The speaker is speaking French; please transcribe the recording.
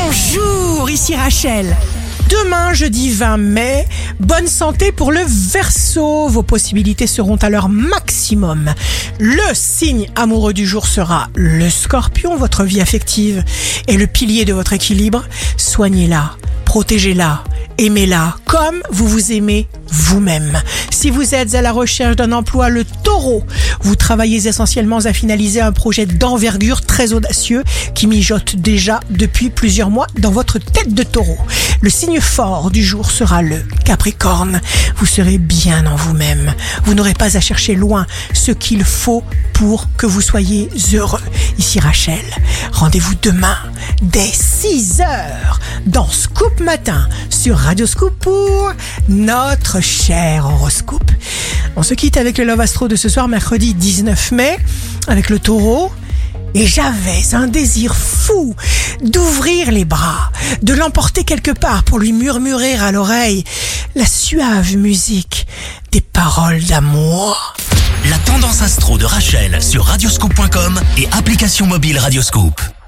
Bonjour, ici Rachel. Demain, jeudi 20 mai, bonne santé pour le Verseau. Vos possibilités seront à leur maximum. Le signe amoureux du jour sera le Scorpion. Votre vie affective est le pilier de votre équilibre. Soignez-la, protégez-la, aimez-la comme vous vous aimez vous-même. Si vous êtes à la recherche d'un emploi, le Taureau, vous travaillez essentiellement à finaliser un projet d'envergure très audacieux qui mijote déjà depuis plusieurs mois dans votre tête de taureau. Le signe fort du jour sera le Capricorne. Vous serez bien en vous-même. Vous n'aurez pas à chercher loin ce qu'il faut pour que vous soyez heureux. Ici Rachel, rendez-vous demain dès 6h dans Scoop Matin sur Radio Scoop pour notre cher horoscope. On se quitte avec le Love Astro de ce soir, mercredi 19 mai, avec le Taureau. Et j'avais un désir fou d'ouvrir les bras, de l'emporter quelque part pour lui murmurer à l'oreille la suave musique des paroles d'amour. La tendance astro de Rachel sur radioscoop.com et application mobile Radioscoop.